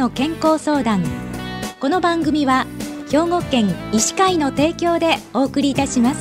の健康相談。この番組は兵庫県医師会の提供でお送りいたします。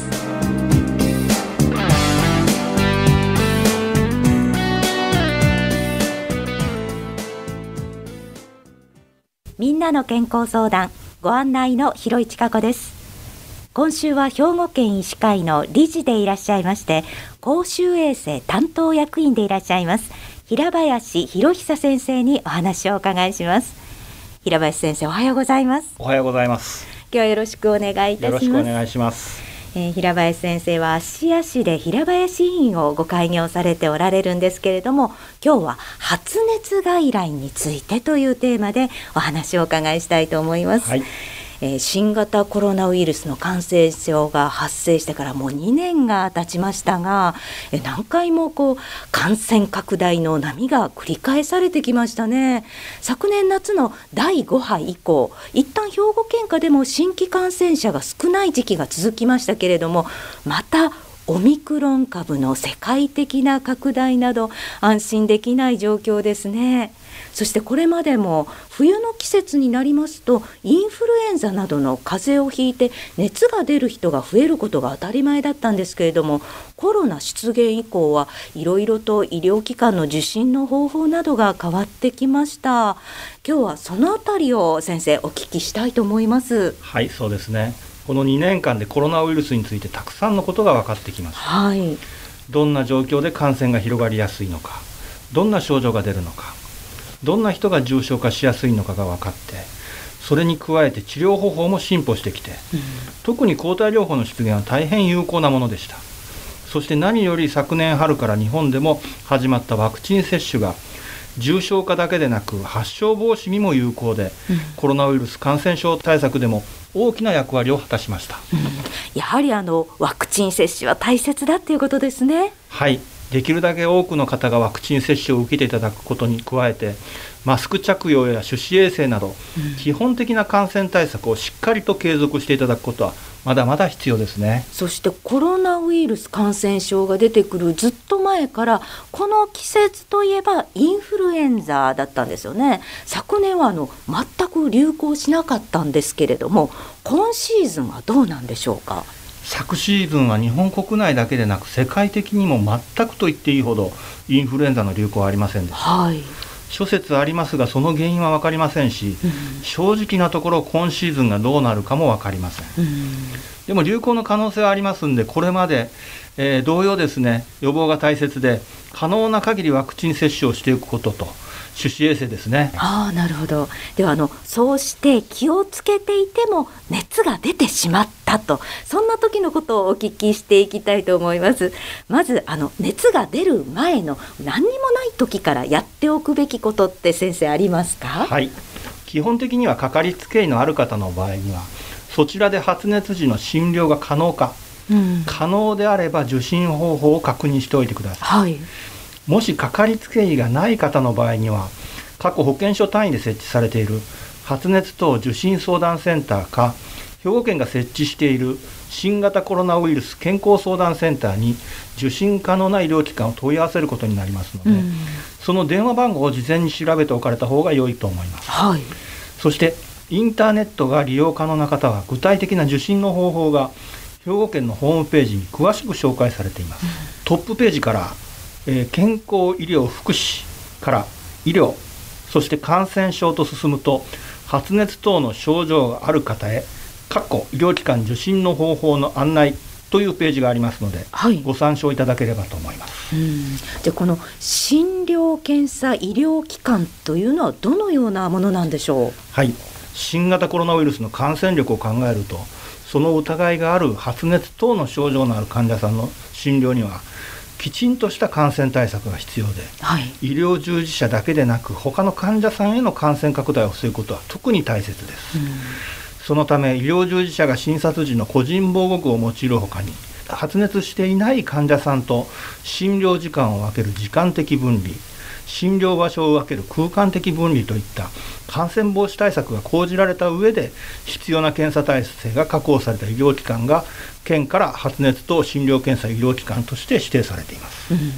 みんなの健康相談、ご案内の広市加子です。今週は兵庫県医師会の理事でいらっしゃいまして、公衆衛生担当役員でいらっしゃいます平林博久先生にお話をお伺いします。平林先生、おはようございます。 おはようございます。 今日はよろしくお願いいたします。 よろしくお願いします。 平林先生は芦屋市で平林医院をご開業されておられるんですけれども、今日は発熱外来についてというテーマでお話をお伺いしたいと思います。 はい。 新型コロナウイルスの感染症が発生してからもう2年が経ちましたが、何回も感染拡大の波が繰り返されてきましたね。昨年夏の第5波以降、一旦兵庫県下でも新規感染者が少ない時期が続きましたけれども、またオミクロン株の世界的な拡大など安心できない状況ですね。そしてこれまでも冬の季節になりますとインフルエンザなどの風邪をひいて熱が出る人が増えることが当たり前だったんですけれども、コロナ出現以降はいろいろと医療機関の受診の方法などが変わってきました。今日はそのあたりを先生お聞きしたいと思います。 はい、そうですね。この2年間でコロナウイルスについてたくさんのことが分かってきました。 はい。 どんな状況で感染が広がりやすいのか、どんな症状が出るのか、どんな人が重症化しやすいのかが分かって、それに加えて治療方法も進歩してきて、特に抗体療法の出現は大変有効なものでした。そして何より昨年春から日本でも始まったワクチン接種が重症化だけでなく発症防止にも有効で、コロナウイルス感染症対策でも大きな役割を果たしました。 やはりワクチン接種は大切だということですね。 はい。できるだけ多くの方がワクチン接種を受けていただくことに加えて、マスク着用や手指衛生など、基本的な感染対策をしっかりと継続していただくことはまだまだ必要ですね。 そしてコロナウイルス感染症が出てくるずっと前からこの季節といえばインフルエンザだったんですよね。昨年は全く流行しなかったんですけれども、今シーズンはどうなんでしょうか。 昨シーズンは日本国内だけでなく世界的にも全くと言っていいほどインフルエンザの流行はありませんでした。 はい。 諸説ありますがその原因は分かりませんし、正直なところ今シーズンがどうなるかも分かりません。でも流行の可能性はありますんで、これまで、同様ですね、予防が大切で可能な限りワクチン接種をしていくことと手指衛生ですね。 なるほど。ではそうして気をつけていても熱が出てしまったと、そんな時のことをお聞きしていきたいと思います。まず熱が出る前の何にもない時からやっておくべきことって先生ありますか。 はい。基本的にはかかりつけ医のある方の場合にはそちらで発熱時の診療が可能か、可能であれば受診方法を確認しておいてください。 はい。 もしかかりつけ医がない方の場合には各保健所単位で設置されている発熱等受診相談センターか、兵庫県が設置している新型コロナウイルス健康相談センターに受診可能な医療機関を問い合わせることになりますので、その電話番号を事前に調べておかれた方が良いと思います。 はい。そしてインターネットが利用可能な方は具体的な受診の方法が兵庫県のホームページに詳しく紹介されています。トップページから健康医療福祉から医療、そして感染症と進むと発熱等の症状がある方へ医療機関受診の方法の案内というページがありますので、ご参照いただければと思います。 でこの診療検査医療機関というのはどのようなものなんでしょう。 はい。新型コロナウイルスの感染力を考えると、その疑いがある発熱等の症状のある患者さんの診療にはきちんとした感染対策が必要で、医療従事者だけでなく他の患者さんへの感染拡大を防ぐことは特に大切です。そのため医療従事者が診察時の個人防護具を用いるほかに、発熱していない患者さんと診療時間を分ける時間的分離、診療場所を分ける空間的分離といった感染防止対策が講じられた上で、必要な検査体制が確保された医療機関が県から発熱等診療検査医療機関として指定されています。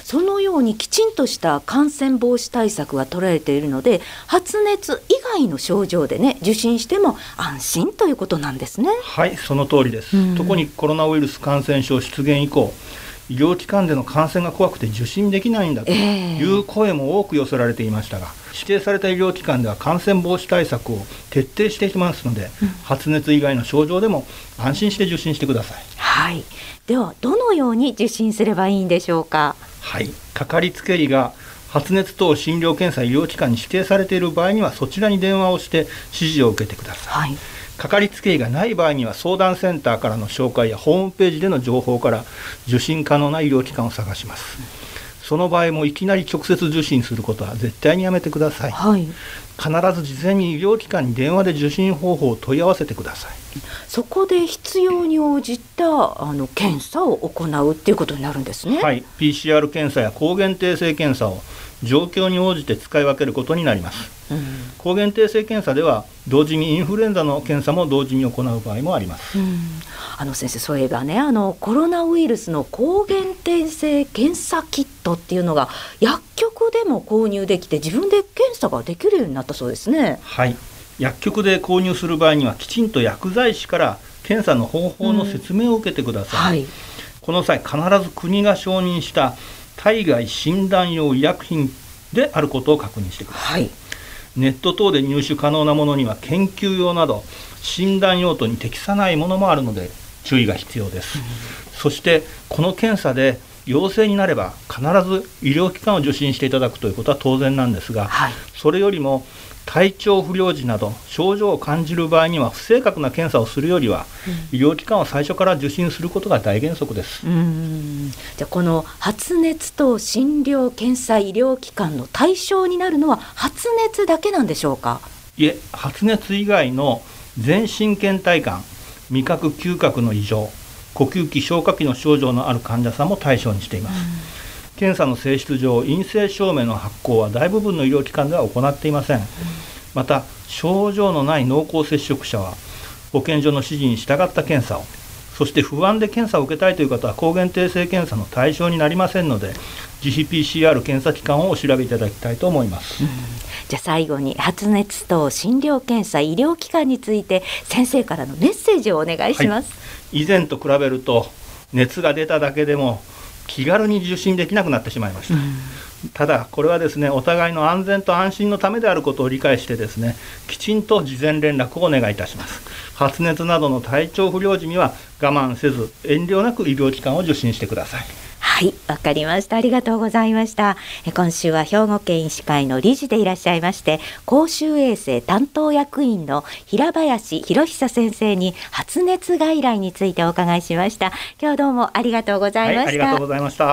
そのようにきちんとした感染防止対策が取られているので、発熱以外の症状でね受診しても安心ということなんですね。 はい、その通りです。特にコロナウイルス感染症出現以降、医療機関での感染が怖くて受診できないんだという声も多く寄せられていましたが、指定された医療機関では感染防止対策を徹底していますので、発熱以外の症状でも安心して受診してください。 はい、ではどのように受診すればいいんでしょうか。 はい、かかりつけ医が発熱等診療検査医療機関に指定されている場合にはそちらに電話をして指示を受けてください。はい、かかりつけ医がない場合には相談センターからの紹介やホームページでの情報から受診可能な医療機関を探します。その場合もいきなり直接受診することは絶対にやめてください。はい、必ず事前に医療機関に電話で受診方法を問い合わせてください。 そこで必要に応じた検査を行うっていうことになるんですね。 はい、PCR 検査や抗原定性検査を状況に応じて使い分けることになります。抗原定性検査では同時にインフルエンザの検査も同時に行う場合もあります。 先生、そういえばねコロナウイルスの抗原定性検査キットっていうのが薬局でも購入できて自分で検査ができるようになったそうですね。 はい、薬局で購入する場合にはきちんと薬剤師から検査の方法の説明を受けてください。はい、この際必ず国が承認した体外診断用医薬品であることを確認してください。はい、ネット等で入手可能なものには研究用など診断用途に適さないものもあるので注意が必要です。そしてこの検査で陽性になれば必ず医療機関を受診していただくということは当然なんですが、はい、それよりも体調不良時など症状を感じる場合には不正確な検査をするよりは、医療機関を最初から受診することが大原則です。 じゃあこの発熱等診療検査医療機関の対象になるのは発熱だけなんでしょうか。 いえ、発熱以外の全身倦怠感、味覚嗅覚の異常、呼吸器消化器の症状のある患者さんも対象にしています。検査の性質上陰性証明の発行は大部分の医療機関では行っていません。また症状のない濃厚接触者は保健所の指示に従った検査を、そして不安で検査を受けたいという方は抗原定性検査の対象になりませんので、自費 PCR 検査機関をお調べいただきたいと思います。 じゃあ最後に発熱等診療検査医療機関について先生からのメッセージをお願いします。 はい、以前と比べると熱が出ただけでも気軽に受診できなくなってしまいました。ただこれはですね、お互いの安全と安心のためであることを理解してですね、きちんと事前連絡をお願いいたします。発熱などの体調不良時には我慢せず遠慮なく医療機関を受診してください。 はい、わかりました。ありがとうございました。今週は兵庫県医師会の理事でいらっしゃいまして公衆衛生担当役員の平林博久先生に発熱外来についてお伺いしました。今日はどうもありがとうございました。 はい、ありがとうございました。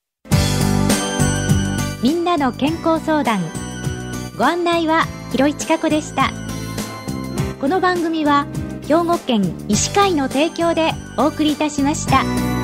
みんなの健康相談、ご案内は広井千佳子でした。この番組は兵庫県医師会の提供でお送りいたしました。